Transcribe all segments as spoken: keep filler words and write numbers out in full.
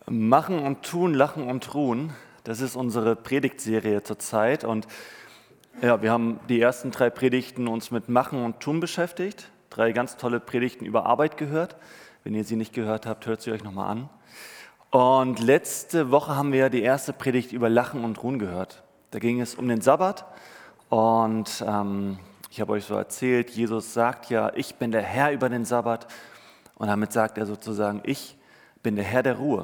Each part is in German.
Machen und tun, lachen und ruhen, das ist unsere Predigtserie zurzeit. Und ja, wir haben die ersten drei Predigten uns mit Machen und Tun beschäftigt. Drei ganz tolle Predigten über Arbeit gehört. Wenn ihr sie nicht gehört habt, hört sie euch nochmal an. Und letzte Woche haben wir die erste Predigt über Lachen und Ruhen gehört. Da ging es um den Sabbat. Und ähm, ich habe euch so erzählt, Jesus sagt ja, ich bin der Herr über den Sabbat. Und damit sagt er sozusagen, ich bin der Herr der Ruhe.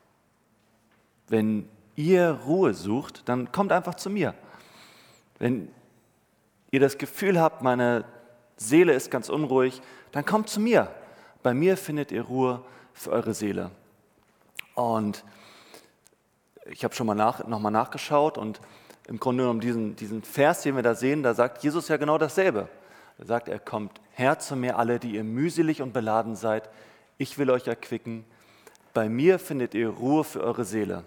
Wenn ihr Ruhe sucht, dann kommt einfach zu mir. Wenn ihr das Gefühl habt, meine Seele ist ganz unruhig, dann kommt zu mir. Bei mir findet ihr Ruhe für eure Seele. Und ich habe schon mal nach, nochmal nachgeschaut und im Grunde genommen diesen, diesen Vers, den wir da sehen, da sagt Jesus ja genau dasselbe. Er sagt, er kommt her zu mir alle, die ihr mühselig und beladen seid. Ich will euch erquicken. Bei mir findet ihr Ruhe für eure Seele.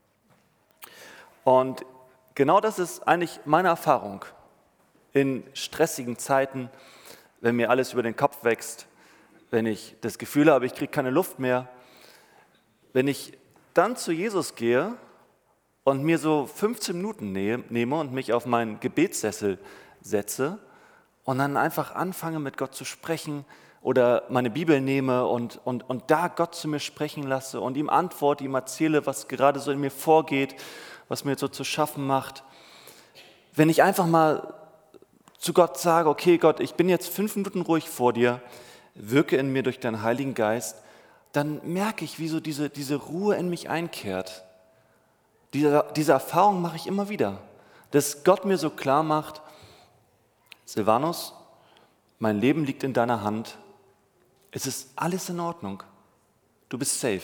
Und genau das ist eigentlich meine Erfahrung in stressigen Zeiten, wenn mir alles über den Kopf wächst, wenn ich das Gefühl habe, ich kriege keine Luft mehr. Wenn ich dann zu Jesus gehe und mir so fünfzehn Minuten nehme und mich auf meinen Gebetssessel setze und dann einfach anfange, mit Gott zu sprechen oder meine Bibel nehme und, und, und da Gott zu mir sprechen lasse und ihm antworte, ihm erzähle, was gerade so in mir vorgeht, was mir so zu schaffen macht. Wenn ich einfach mal zu Gott sage, okay Gott, ich bin jetzt fünf Minuten ruhig vor dir, wirke in mir durch deinen Heiligen Geist, dann merke ich, wie so diese, diese Ruhe in mich einkehrt. Diese, diese Erfahrung mache ich immer wieder, dass Gott mir so klar macht, Silvanus, mein Leben liegt in deiner Hand, es ist alles in Ordnung, du bist safe.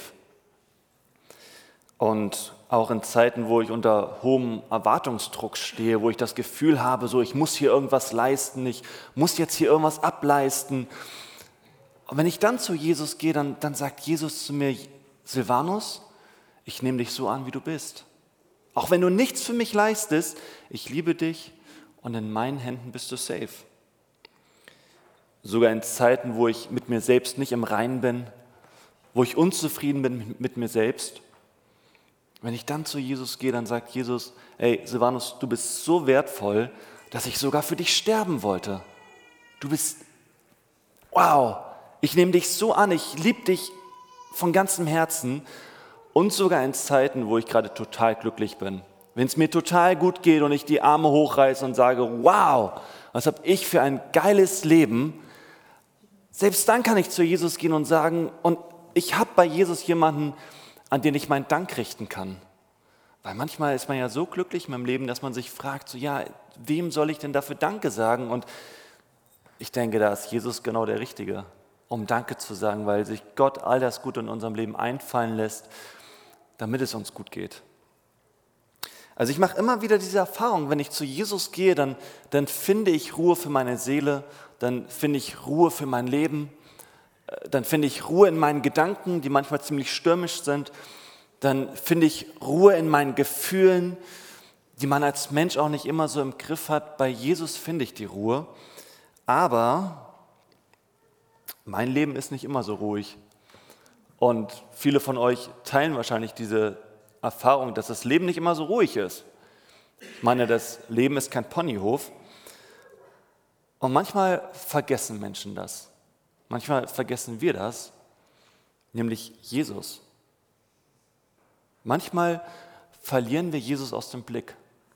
Und auch in Zeiten, wo ich unter hohem Erwartungsdruck stehe, wo ich das Gefühl habe, so ich muss hier irgendwas leisten, ich muss jetzt hier irgendwas ableisten. Und wenn ich dann zu Jesus gehe, dann, dann sagt Jesus zu mir, Silvanus, ich nehme dich so an, wie du bist. Auch wenn du nichts für mich leistest, ich liebe dich und in meinen Händen bist du safe. Sogar in Zeiten, wo ich mit mir selbst nicht im Reinen bin, wo ich unzufrieden bin mit mir selbst. Wenn ich dann zu Jesus gehe, dann sagt Jesus, hey Silvanus, du bist so wertvoll, dass ich sogar für dich sterben wollte. Du bist, wow, ich nehme dich so an, ich liebe dich von ganzem Herzen und sogar in Zeiten, wo ich gerade total glücklich bin. Wenn es mir total gut geht und ich die Arme hochreiße und sage, wow, was habe ich für ein geiles Leben, selbst dann kann ich zu Jesus gehen und sagen, und ich habe bei Jesus jemanden, an den ich meinen Dank richten kann. Weil manchmal ist man ja so glücklich in meinem Leben, dass man sich fragt, so ja, wem soll ich denn dafür Danke sagen? Und ich denke, da ist Jesus genau der Richtige, um Danke zu sagen, weil sich Gott all das Gute in unserem Leben einfallen lässt, damit es uns gut geht. Also ich mache immer wieder diese Erfahrung, wenn ich zu Jesus gehe, dann, dann finde ich Ruhe für meine Seele, dann finde ich Ruhe für mein Leben, dann finde ich Ruhe in meinen Gedanken, die manchmal ziemlich stürmisch sind, dann finde ich Ruhe in meinen Gefühlen, die man als Mensch auch nicht immer so im Griff hat. Bei Jesus finde ich die Ruhe, aber mein Leben ist nicht immer so ruhig. Und viele von euch teilen wahrscheinlich diese Erfahrung, dass das Leben nicht immer so ruhig ist. Ich meine, das Leben ist kein Ponyhof. Und manchmal vergessen Menschen das. Manchmal vergessen wir das, nämlich Jesus. Manchmal verlieren wir Jesus aus dem Blick.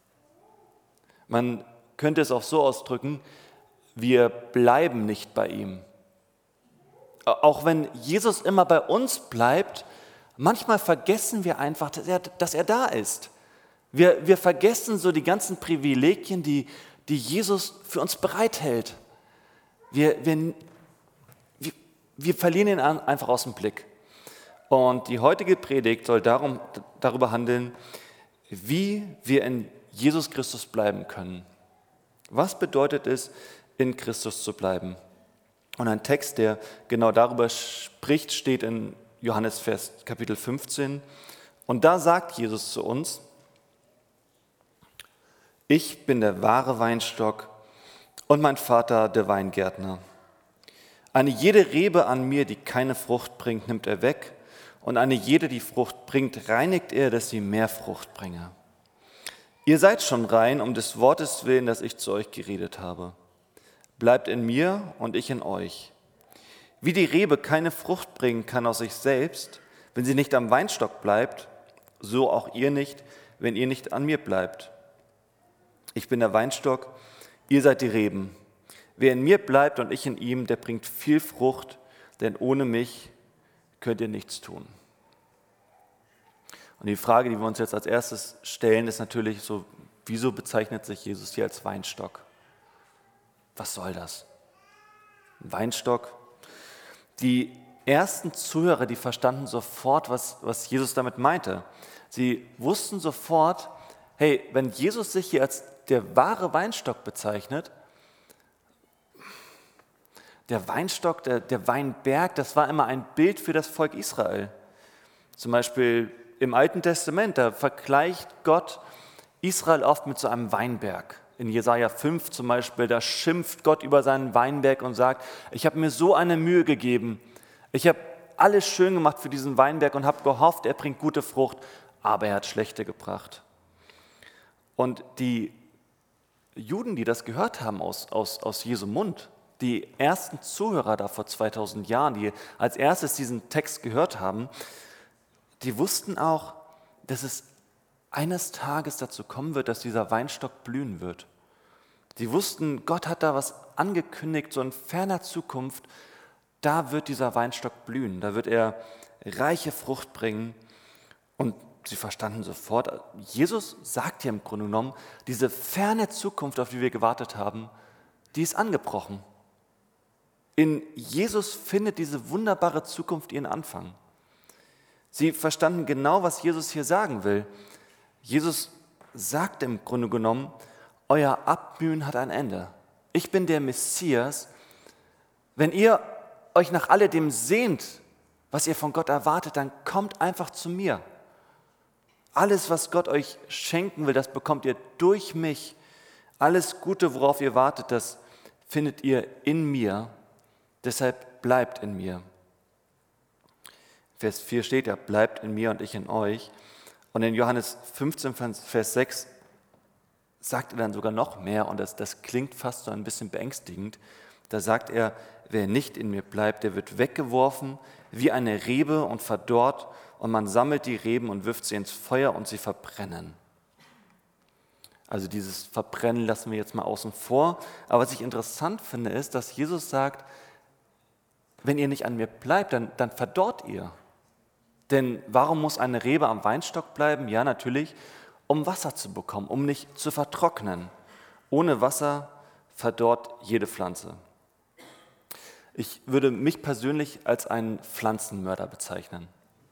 Man könnte es auch so ausdrücken, wir bleiben nicht bei ihm. Auch wenn Jesus immer bei uns bleibt, manchmal vergessen wir einfach, dass er, dass er da ist. Wir, wir vergessen so die ganzen Privilegien, die, die Jesus für uns bereithält. Wir, wir, wir, wir verlieren ihn einfach aus dem Blick. Und die heutige Predigt soll darum, darüber handeln, wie wir in Jesus Christus bleiben können. Was bedeutet es, in Christus zu bleiben? Und ein Text, der genau darüber spricht, steht in Johannes Vers Kapitel fünfzehn. Und da sagt Jesus zu uns, ich bin der wahre Weinstock und mein Vater der Weingärtner. Eine jede Rebe an mir, die keine Frucht bringt, nimmt er weg. und eine jede, die Frucht bringt, reinigt er, dass sie mehr Frucht bringe. Ihr seid schon rein um des Wortes willen, das ich zu euch geredet habe. Bleibt in mir und ich in euch. Wie die Rebe keine Frucht bringen kann aus sich selbst, wenn sie nicht am Weinstock bleibt, so auch ihr nicht, wenn ihr nicht an mir bleibt. Ich bin der Weinstock, ihr seid die Reben. Wer in mir bleibt und ich in ihm, der bringt viel Frucht, denn ohne mich könnt ihr nichts tun. Und die Frage, die wir uns jetzt als erstes stellen, ist natürlich so, wieso bezeichnet sich Jesus hier als Weinstock? Was soll das? Ein Weinstock? Die ersten Zuhörer, die verstanden sofort, was, was Jesus damit meinte. Sie wussten sofort, hey, wenn Jesus sich hier als der wahre Weinstock bezeichnet, der Weinstock, der, der Weinberg, das war immer ein Bild für das Volk Israel. Zum Beispiel im Alten Testament, da vergleicht Gott Israel oft mit so einem Weinberg. In Jesaja fünf zum Beispiel, da schimpft Gott über seinen Weinberg und sagt, ich habe mir so eine Mühe gegeben, ich habe alles schön gemacht für diesen Weinberg und habe gehofft, er bringt gute Frucht, aber er hat schlechte gebracht. Und die Juden, die das gehört haben aus, aus, aus Jesu Mund, die ersten Zuhörer da vor zweitausend Jahren, die als erstes diesen Text gehört haben, die wussten auch, dass es eines Tages dazu kommen wird, dass dieser Weinstock blühen wird. Sie wussten, Gott hat da was angekündigt, so in ferner Zukunft, da wird dieser Weinstock blühen, da wird er reiche Frucht bringen. Und sie verstanden sofort, Jesus sagt hier im Grunde genommen, diese ferne Zukunft, auf die wir gewartet haben, die ist angebrochen. In Jesus findet diese wunderbare Zukunft ihren Anfang. Sie verstanden genau, was Jesus hier sagen will. Jesus sagt im Grunde genommen, euer Abmühen hat ein Ende. Ich bin der Messias. Wenn ihr euch nach alledem sehnt, was ihr von Gott erwartet, dann kommt einfach zu mir. Alles, was Gott euch schenken will, das bekommt ihr durch mich. Alles Gute, worauf ihr wartet, das findet ihr in mir. Deshalb bleibt in mir. Vers vier steht ja, bleibt in mir und ich in euch. Und in Johannes fünfzehn, Vers sechs sagt er dann sogar noch mehr und das, das klingt fast so ein bisschen beängstigend. Da sagt er, wer nicht in mir bleibt, der wird weggeworfen wie eine Rebe und verdorrt und man sammelt die Reben und wirft sie ins Feuer und sie verbrennen. Also dieses Verbrennen lassen wir jetzt mal außen vor. Aber was ich interessant finde, ist, dass Jesus sagt, wenn ihr nicht an mir bleibt, dann, dann verdorrt ihr. Denn warum muss eine Rebe am Weinstock bleiben? Ja, natürlich, um Wasser zu bekommen, um nicht zu vertrocknen. Ohne Wasser verdorrt jede Pflanze. Ich würde mich persönlich als einen Pflanzenmörder bezeichnen.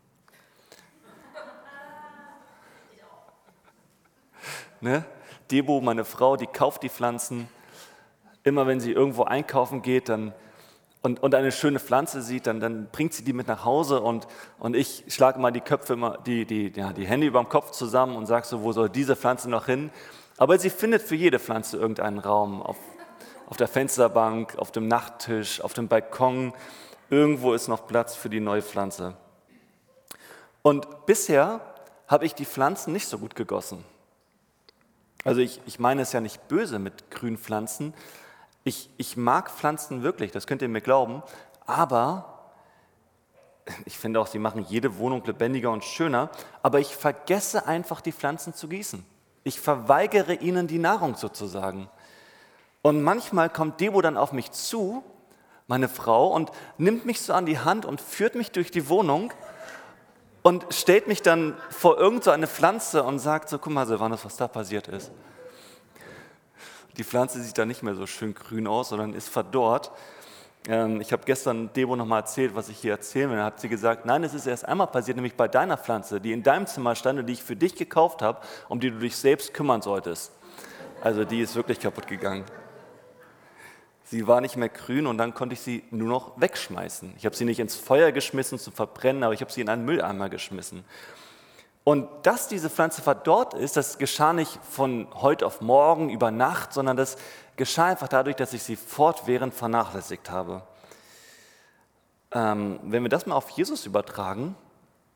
Ne? Debo, meine Frau, die kauft die Pflanzen. Immer wenn sie irgendwo einkaufen geht, dann Und, und eine schöne Pflanze sieht, dann, dann bringt sie die mit nach Hause und, und ich schlage mal die Köpfe, immer, die, die, ja, die Hände über dem Kopf zusammen und sage so, wo soll diese Pflanze noch hin? Aber sie findet für jede Pflanze irgendeinen Raum, auf, auf der Fensterbank, auf dem Nachttisch, auf dem Balkon, irgendwo ist noch Platz für die neue Pflanze. Und bisher habe ich die Pflanzen nicht so gut gegossen. Also ich, ich meine es ja nicht böse mit grünen Pflanzen. Ich, ich mag Pflanzen wirklich, das könnt ihr mir glauben, aber ich finde auch, sie machen jede Wohnung lebendiger und schöner, aber ich vergesse einfach, die Pflanzen zu gießen. Ich verweigere ihnen die Nahrung sozusagen. Und manchmal kommt Debo dann auf mich zu, meine Frau, und nimmt mich so an die Hand und führt mich durch die Wohnung und stellt mich dann vor irgend so eine Pflanze und sagt so, guck mal Silvanus, was da passiert ist. Die Pflanze sieht dann nicht mehr so schön grün aus, sondern ist verdorrt. Ähm, ich habe gestern Debo noch mal erzählt, was ich hier erzählen will. Dann hat sie gesagt, nein, es ist erst einmal passiert, nämlich bei deiner Pflanze, die in deinem Zimmer stand und die ich für dich gekauft habe, um die du dich selbst kümmern solltest. Also die ist wirklich kaputt gegangen. Sie war nicht mehr grün und dann konnte ich sie nur noch wegschmeißen. Ich habe sie nicht ins Feuer geschmissen zum Verbrennen, aber ich habe sie in einen Mülleimer geschmissen. Und dass diese Pflanze verdorrt ist, das geschah nicht von heute auf morgen, über Nacht, sondern das geschah einfach dadurch, dass ich sie fortwährend vernachlässigt habe. Ähm, wenn wir das mal auf Jesus übertragen,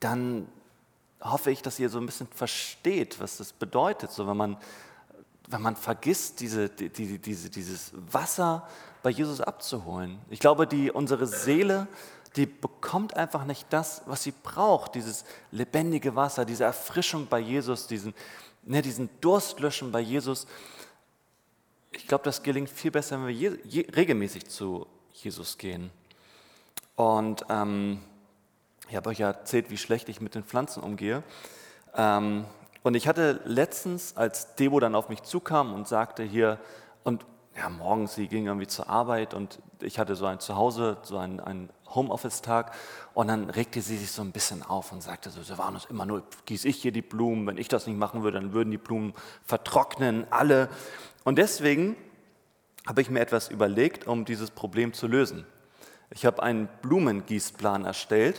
dann hoffe ich, dass ihr so ein bisschen versteht, was das bedeutet, so wenn man, wenn man vergisst, diese, die, die, diese, dieses Wasser bei Jesus abzuholen. Ich glaube, die, unsere Seele, die bekommt einfach nicht das, was sie braucht, dieses lebendige Wasser, diese Erfrischung bei Jesus, diesen, ne, diesen Durstlöschen bei Jesus. Ich glaube, das gelingt viel besser, wenn wir je, je, regelmäßig zu Jesus gehen. Und ähm, ich habe euch ja erzählt, wie schlecht ich mit den Pflanzen umgehe. Ähm, und ich hatte letztens, als Debo dann auf mich zukam und sagte hier, und ja, morgens, sie ging irgendwie zur Arbeit und ich hatte so ein Zuhause, so einen, einen Homeoffice-Tag und dann regte sie sich so ein bisschen auf und sagte so, Silvanus, immer nur gieße ich hier die Blumen, wenn ich das nicht machen würde, dann würden die Blumen vertrocknen, alle. Und deswegen habe ich mir etwas überlegt, um dieses Problem zu lösen. Ich habe einen Blumengießplan erstellt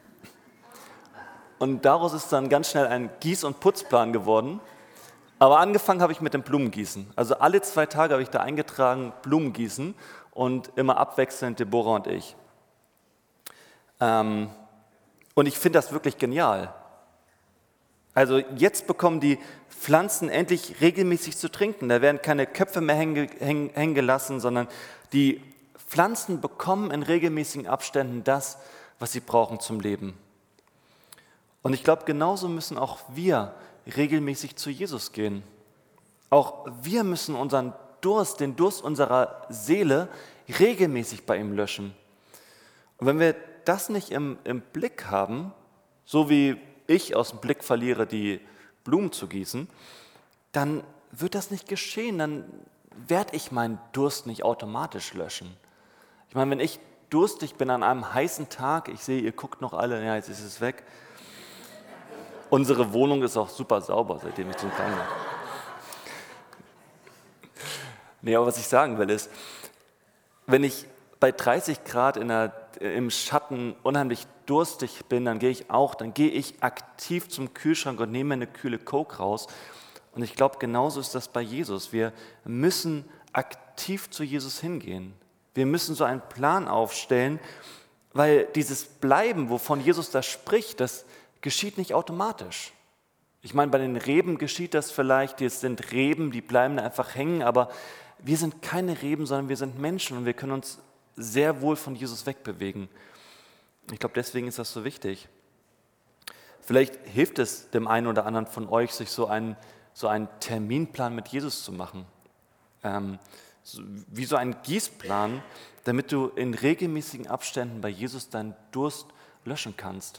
und daraus ist dann ganz schnell ein Gieß- und Putzplan geworden. Aber angefangen habe ich mit dem Blumengießen. Also alle zwei Tage habe ich da eingetragen, Blumengießen und immer abwechselnd Deborah und ich. Ähm, und ich finde das wirklich genial. Also jetzt bekommen die Pflanzen endlich regelmäßig zu trinken. Da werden keine Köpfe mehr hängen, hängen, hängen gelassen, sondern die Pflanzen bekommen in regelmäßigen Abständen das, was sie brauchen zum Leben. Und ich glaube, genauso müssen auch wir regelmäßig zu Jesus gehen. Auch wir müssen unseren Durst, den Durst unserer Seele regelmäßig bei ihm löschen. Und wenn wir das nicht im, im Blick haben, so wie ich aus dem Blick verliere, die Blumen zu gießen, dann wird das nicht geschehen, dann werde ich meinen Durst nicht automatisch löschen. Ich meine, wenn ich durstig bin an einem heißen Tag, ich sehe, ihr guckt noch alle, ja, jetzt ist es weg. Unsere Wohnung ist auch super sauber, seitdem ich zum Klang bin. Nee, aber was ich sagen will ist, wenn ich bei dreißig Grad in der, im Schatten unheimlich durstig bin, dann gehe ich auch, dann gehe ich aktiv zum Kühlschrank und nehme eine kühle Coke raus. Und ich glaube, genauso ist das bei Jesus. Wir müssen aktiv zu Jesus hingehen. Wir müssen so einen Plan aufstellen, weil dieses Bleiben, wovon Jesus da spricht, das geschieht nicht automatisch. Ich meine, bei den Reben geschieht das vielleicht, es sind Reben, die bleiben da einfach hängen, aber wir sind keine Reben, sondern wir sind Menschen und wir können uns sehr wohl von Jesus wegbewegen. Ich glaube, deswegen ist das so wichtig. Vielleicht hilft es dem einen oder anderen von euch, sich so einen, so einen Terminplan mit Jesus zu machen. Ähm, so, wie so einen Gießplan, damit du in regelmäßigen Abständen bei Jesus deinen Durst löschen kannst.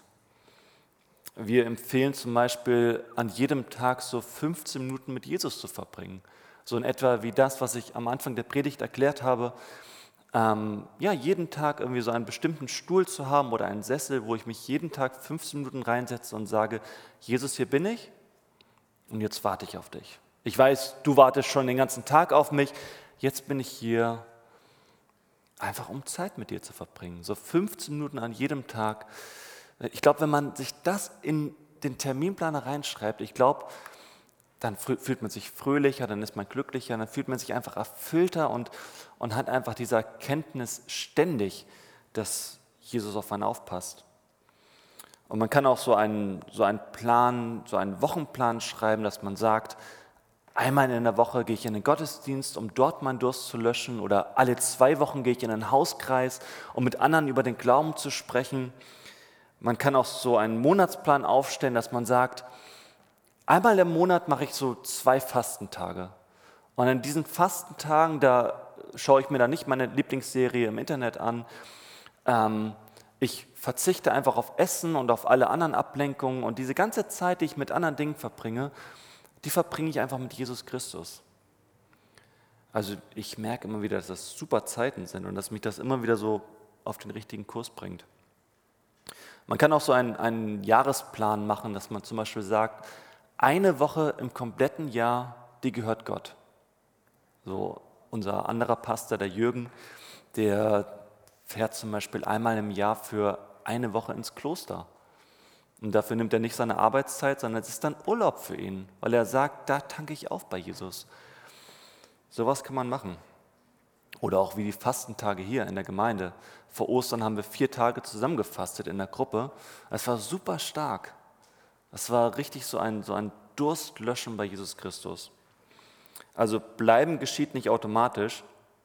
Wir empfehlen zum Beispiel, an jedem Tag so fünfzehn Minuten mit Jesus zu verbringen. So in etwa wie das, was ich am Anfang der Predigt erklärt habe. Ähm, ja, jeden Tag irgendwie so einen bestimmten Stuhl zu haben oder einen Sessel, wo ich mich jeden Tag fünfzehn Minuten reinsetze und sage, Jesus, hier bin ich und jetzt warte ich auf dich. Ich weiß, du wartest schon den ganzen Tag auf mich, jetzt bin ich hier, einfach um Zeit mit dir zu verbringen. So fünfzehn Minuten an jedem Tag. Ich glaube, wenn man sich das in den Terminplaner reinschreibt, ich glaube, dann fühlt man sich fröhlicher, dann ist man glücklicher, dann fühlt man sich einfach erfüllter und, und hat einfach diese Erkenntnis ständig, dass Jesus auf einen aufpasst. Und man kann auch so einen, so einen Plan, so einen Wochenplan schreiben, dass man sagt, einmal in der Woche gehe ich in den Gottesdienst, um dort meinen Durst zu löschen, oder alle zwei Wochen gehe ich in einen Hauskreis, um mit anderen über den Glauben zu sprechen. Man kann auch so einen Monatsplan aufstellen, dass man sagt, einmal im Monat mache ich so zwei Fastentage. Und an diesen Fastentagen, da schaue ich mir dann nicht meine Lieblingsserie im Internet an. Ähm, ich verzichte einfach auf Essen und auf alle anderen Ablenkungen. Und diese ganze Zeit, die ich mit anderen Dingen verbringe, die verbringe ich einfach mit Jesus Christus. Also ich merke immer wieder, dass das super Zeiten sind und dass mich das immer wieder so auf den richtigen Kurs bringt. Man kann auch so einen, einen Jahresplan machen, dass man zum Beispiel sagt, eine Woche im kompletten Jahr, die gehört Gott. So unser anderer Pastor, der Jürgen, der fährt zum Beispiel einmal im Jahr für eine Woche ins Kloster. Und dafür nimmt er nicht seine Arbeitszeit, sondern es ist dann Urlaub für ihn, weil er sagt, da tanke ich auf bei Jesus. Sowas kann man machen. Oder auch wie die Fastentage hier in der Gemeinde. Vor Ostern haben wir vier Tage zusammengefastet in der Gruppe. Es war super stark. Es war richtig so ein, so ein Durstlöschen bei Jesus Christus. Also bleiben geschieht nicht automatisch.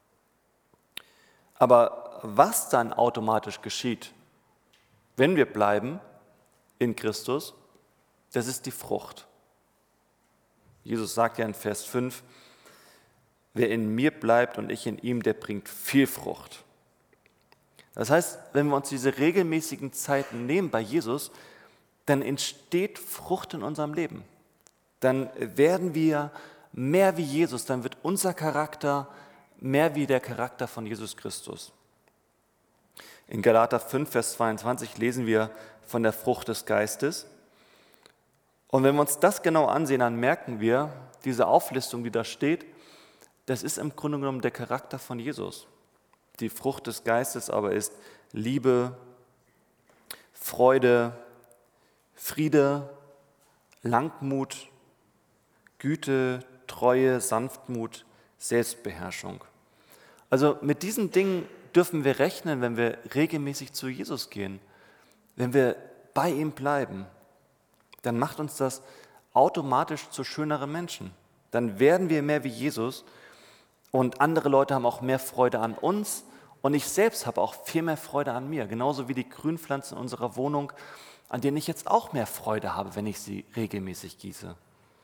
Aber was dann automatisch geschieht, wenn wir bleiben in Christus, das ist die Frucht. Jesus sagt ja in Vers fünf, wer in mir bleibt und ich in ihm, der bringt viel Frucht. Das heißt, wenn wir uns diese regelmäßigen Zeiten nehmen bei Jesus, dann entsteht Frucht in unserem Leben. Dann werden wir mehr wie Jesus, dann wird unser Charakter mehr wie der Charakter von Jesus Christus. In Galater fünf, Vers zweiundzwanzig lesen wir von der Frucht des Geistes. Und wenn wir uns das genau ansehen, dann merken wir, diese Auflistung, die da steht, das ist im Grunde genommen der Charakter von Jesus. Die Frucht des Geistes aber ist Liebe, Freude, Friede, Langmut, Güte, Treue, Sanftmut, Selbstbeherrschung. Also mit diesen Dingen dürfen wir rechnen, wenn wir regelmäßig zu Jesus gehen, wenn wir bei ihm bleiben. Dann macht uns das automatisch zu schöneren Menschen. Dann werden wir mehr wie Jesus und andere Leute haben auch mehr Freude an uns und ich selbst habe auch viel mehr Freude an mir, genauso wie die Grünpflanzen in unserer Wohnung, an denen ich jetzt auch mehr Freude habe, wenn ich sie regelmäßig gieße.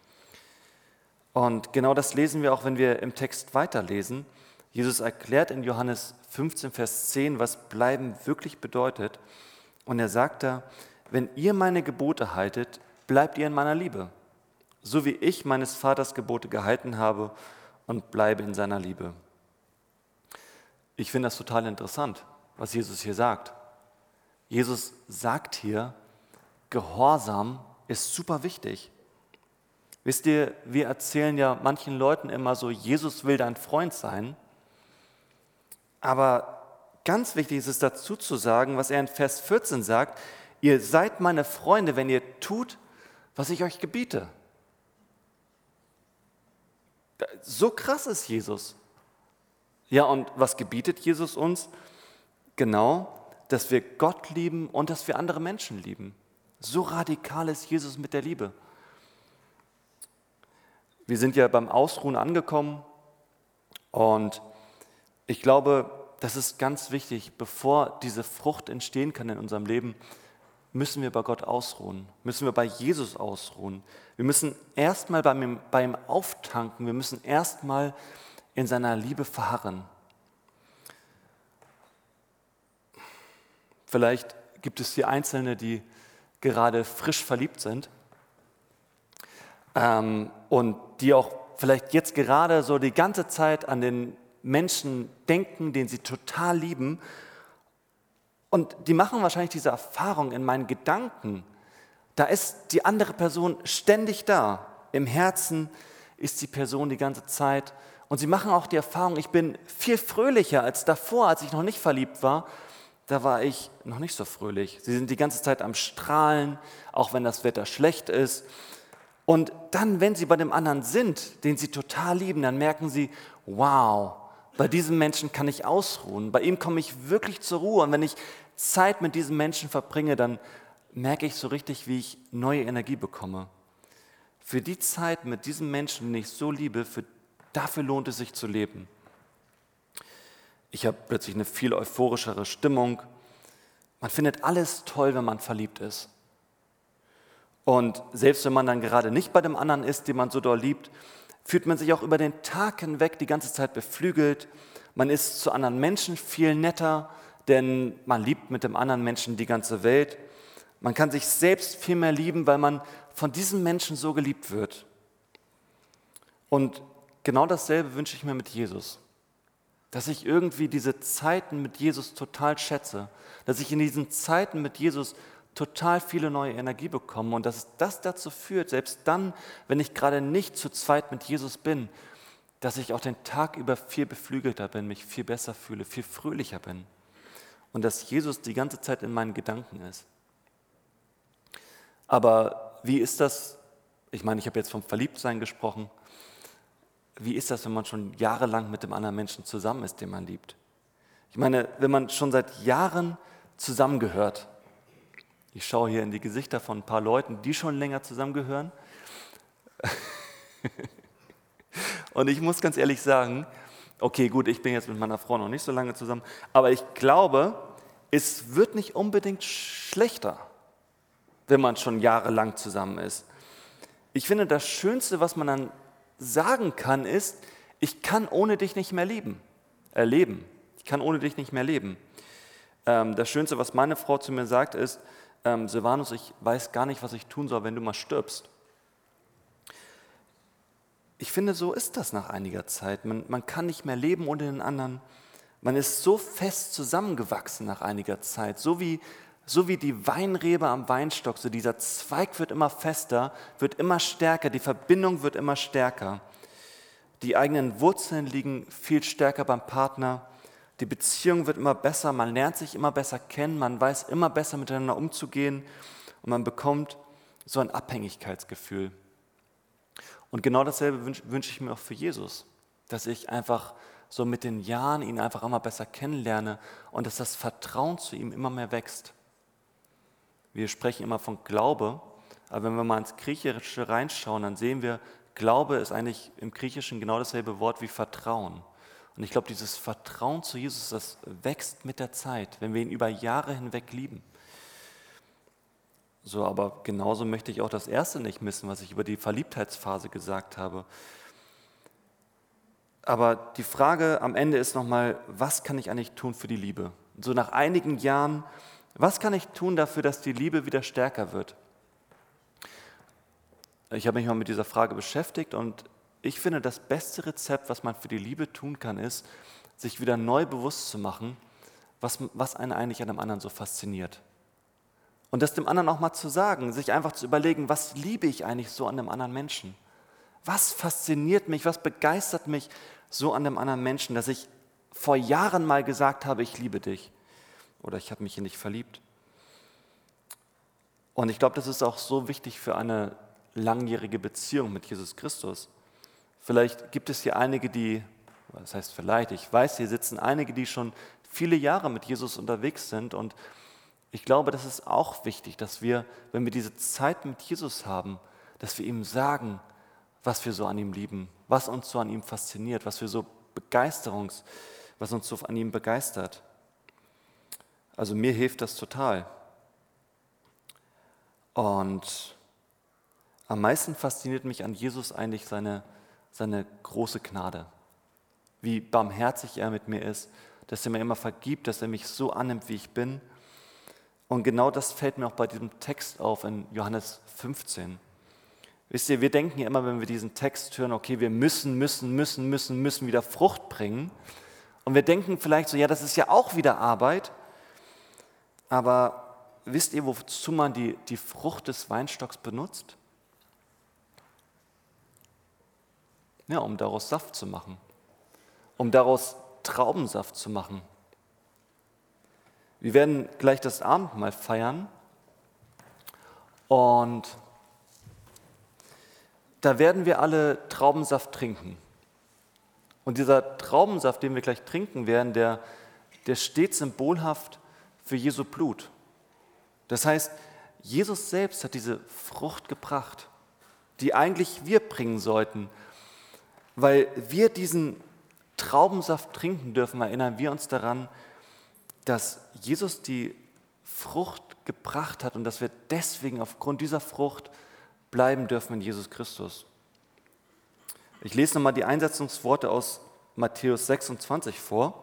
Und genau das lesen wir auch, wenn wir im Text weiterlesen. Jesus erklärt in Johannes fünfzehn, Vers zehn, was bleiben wirklich bedeutet. Und er sagt da, wenn ihr meine Gebote haltet, bleibt ihr in meiner Liebe, so wie ich meines Vaters Gebote gehalten habe und bleibe in seiner Liebe. Ich finde das total interessant, was Jesus hier sagt. Jesus sagt hier, Gehorsam ist super wichtig. Wisst ihr, wir erzählen ja manchen Leuten immer so, Jesus will dein Freund sein. Aber ganz wichtig ist es dazu zu sagen, was er in Vers vierzehn sagt, ihr seid meine Freunde, wenn ihr tut, was ich euch gebiete. So krass ist Jesus. Ja, und was gebietet Jesus uns? Genau, dass wir Gott lieben und dass wir andere Menschen lieben. So radikal ist Jesus mit der Liebe. Wir sind ja beim Ausruhen angekommen und ich glaube, das ist ganz wichtig, bevor diese Frucht entstehen kann in unserem Leben, müssen wir bei Gott ausruhen, müssen wir bei Jesus ausruhen. Wir müssen erstmal bei ihm, bei ihm auftanken, wir müssen erstmal in seiner Liebe verharren. Vielleicht gibt es hier Einzelne, die gerade frisch verliebt sind ähm, und die auch vielleicht jetzt gerade so die ganze Zeit an den Menschen denken, den sie total lieben. Und die machen wahrscheinlich diese Erfahrung in meinen Gedanken. Da ist die andere Person ständig da. Im Herzen ist die Person die ganze Zeit. Und sie machen auch die Erfahrung, ich bin viel fröhlicher als davor, als ich noch nicht verliebt war. Da war ich noch nicht so fröhlich. Sie sind die ganze Zeit am Strahlen, auch wenn das Wetter schlecht ist. Und dann, wenn sie bei dem anderen sind, den sie total lieben, dann merken sie, wow, bei diesem Menschen kann ich ausruhen. Bei ihm komme ich wirklich zur Ruhe. Und wenn ich Zeit mit diesem Menschen verbringe, dann merke ich so richtig, wie ich neue Energie bekomme. Für die Zeit mit diesem Menschen, den ich so liebe, für, dafür lohnt es sich zu leben. Ich habe plötzlich eine viel euphorischere Stimmung. Man findet alles toll, wenn man verliebt ist. Und selbst wenn man dann gerade nicht bei dem anderen ist, den man so doll liebt, fühlt man sich auch über den Tag hinweg die ganze Zeit beflügelt. Man ist zu anderen Menschen viel netter, denn man liebt mit dem anderen Menschen die ganze Welt. Man kann sich selbst viel mehr lieben, weil man von diesem Menschen so geliebt wird. Und genau dasselbe wünsche ich mir mit Jesus. Dass ich irgendwie diese Zeiten mit Jesus total schätze. Dass ich in diesen Zeiten mit Jesus total viele neue Energie bekomme und dass das dazu führt, selbst dann, wenn ich gerade nicht zu zweit mit Jesus bin, dass ich auch den Tag über viel beflügelter bin, mich viel besser fühle, viel fröhlicher bin und dass Jesus die ganze Zeit in meinen Gedanken ist. Aber wie ist das? Ich meine, ich habe jetzt vom Verliebtsein gesprochen. wie ist das, wenn man schon jahrelang mit dem anderen Menschen zusammen ist, den man liebt? Ich meine, wenn man schon seit Jahren zusammengehört, ich schaue hier in die Gesichter von ein paar Leuten, die schon länger zusammengehören. Und ich muss ganz ehrlich sagen, okay, gut, ich bin jetzt mit meiner Frau noch nicht so lange zusammen, aber ich glaube, es wird nicht unbedingt schlechter, wenn man schon jahrelang zusammen ist. Ich finde, das Schönste, was man dann sagen kann, ist, ich kann ohne dich nicht mehr leben, erleben. Ich kann ohne dich nicht mehr leben. Ähm, das Schönste, was meine Frau zu mir sagt, ist, ähm, Silvanus, ich weiß gar nicht, was ich tun soll, wenn du mal stirbst. Ich finde, so ist das nach einiger Zeit. Man, man kann nicht mehr leben ohne den anderen. Man ist so fest zusammengewachsen nach einiger Zeit, so wie, so wie die Weinrebe am Weinstock. So dieser Zweig wird immer fester, wird immer stärker, die Verbindung wird immer stärker. Die eigenen Wurzeln liegen viel stärker beim Partner. Die Beziehung wird immer besser, man lernt sich immer besser kennen, man weiß immer besser miteinander umzugehen und man bekommt so ein Abhängigkeitsgefühl. Und genau dasselbe wünsche wünsch ich mir auch für Jesus, dass ich einfach so mit den Jahren ihn einfach immer besser kennenlerne und dass das Vertrauen zu ihm immer mehr wächst. Wir sprechen immer von Glaube, aber wenn wir mal ins Griechische reinschauen, dann sehen wir, Glaube ist eigentlich im Griechischen genau dasselbe Wort wie Vertrauen. Und ich glaube, dieses Vertrauen zu Jesus, das wächst mit der Zeit, wenn wir ihn über Jahre hinweg lieben. So, aber genauso möchte ich auch das Erste nicht missen, was ich über die Verliebtheitsphase gesagt habe. Aber die Frage am Ende ist nochmal, was kann ich eigentlich tun für die Liebe? So nach einigen Jahren, was kann ich tun dafür, dass die Liebe wieder stärker wird? Ich habe mich mal mit dieser Frage beschäftigt und ich finde, das beste Rezept, was man für die Liebe tun kann, ist, sich wieder neu bewusst zu machen, was, was einen eigentlich an dem anderen so fasziniert. Und das dem anderen auch mal zu sagen, sich einfach zu überlegen, was liebe ich eigentlich so an dem anderen Menschen? Was fasziniert mich, was begeistert mich so an dem anderen Menschen, dass ich vor Jahren mal gesagt habe, ich liebe dich oder ich habe mich in dich verliebt. Und ich glaube, das ist auch so wichtig für eine langjährige Beziehung mit Jesus Christus. Vielleicht gibt es hier einige, die, das heißt vielleicht, ich weiß, hier sitzen einige, die schon viele Jahre mit Jesus unterwegs sind und ich glaube, das ist auch wichtig, dass wir, wenn wir diese Zeit mit Jesus haben, dass wir ihm sagen, was wir so an ihm lieben, was uns so an ihm fasziniert, was wir so Begeisterungs, was uns so an ihm begeistert. Also mir hilft das total. Und am meisten fasziniert mich an Jesus eigentlich seine, seine große Gnade. Wie barmherzig er mit mir ist, dass er mir immer vergibt, dass er mich so annimmt, wie ich bin. Und genau das fällt mir auch bei diesem Text auf in Johannes fünfzehn. Wisst ihr, wir denken ja immer, wenn wir diesen Text hören, okay, wir müssen, müssen, müssen, müssen, müssen wieder Frucht bringen. Und wir denken vielleicht so, ja, das ist ja auch wieder Arbeit. Aber wisst ihr, wozu man die, die Frucht des Weinstocks benutzt? Ja, um daraus Saft zu machen. Um daraus Traubensaft zu machen. Wir werden gleich das Abendmahl feiern und da werden wir alle Traubensaft trinken. Und dieser Traubensaft, den wir gleich trinken werden, der, der steht symbolhaft für Jesu Blut. Das heißt, Jesus selbst hat diese Frucht gebracht, die eigentlich wir bringen sollten. Weil wir diesen Traubensaft trinken dürfen, erinnern wir uns daran, dass Jesus die Frucht gebracht hat und dass wir deswegen aufgrund dieser Frucht bleiben dürfen in Jesus Christus. Ich lese nochmal die Einsetzungsworte aus Matthäus sechsundzwanzig vor.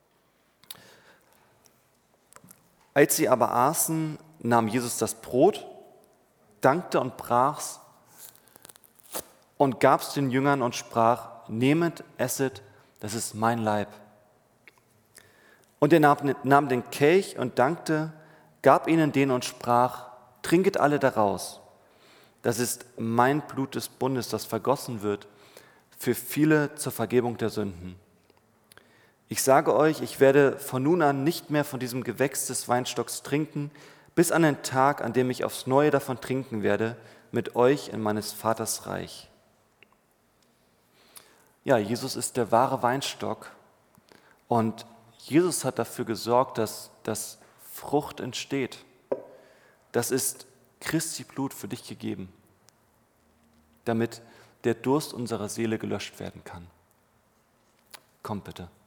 Als sie aber aßen, nahm Jesus das Brot, dankte und brach's und gab's den Jüngern und sprach, nehmet, esset, das ist mein Leib. Und er nahm den Kelch und dankte, gab ihnen den und sprach, trinket alle daraus. Das ist mein Blut des Bundes, das vergossen wird für viele zur Vergebung der Sünden. Ich sage euch, ich werde von nun an nicht mehr von diesem Gewächs des Weinstocks trinken, bis an den Tag, an dem ich aufs Neue davon trinken werde, mit euch in meines Vaters Reich. ja, Jesus ist der wahre Weinstock und Jesus hat dafür gesorgt, dass, dass Frucht entsteht. Das ist Christi Blut für dich gegeben, damit der Durst unserer Seele gelöscht werden kann. Komm bitte.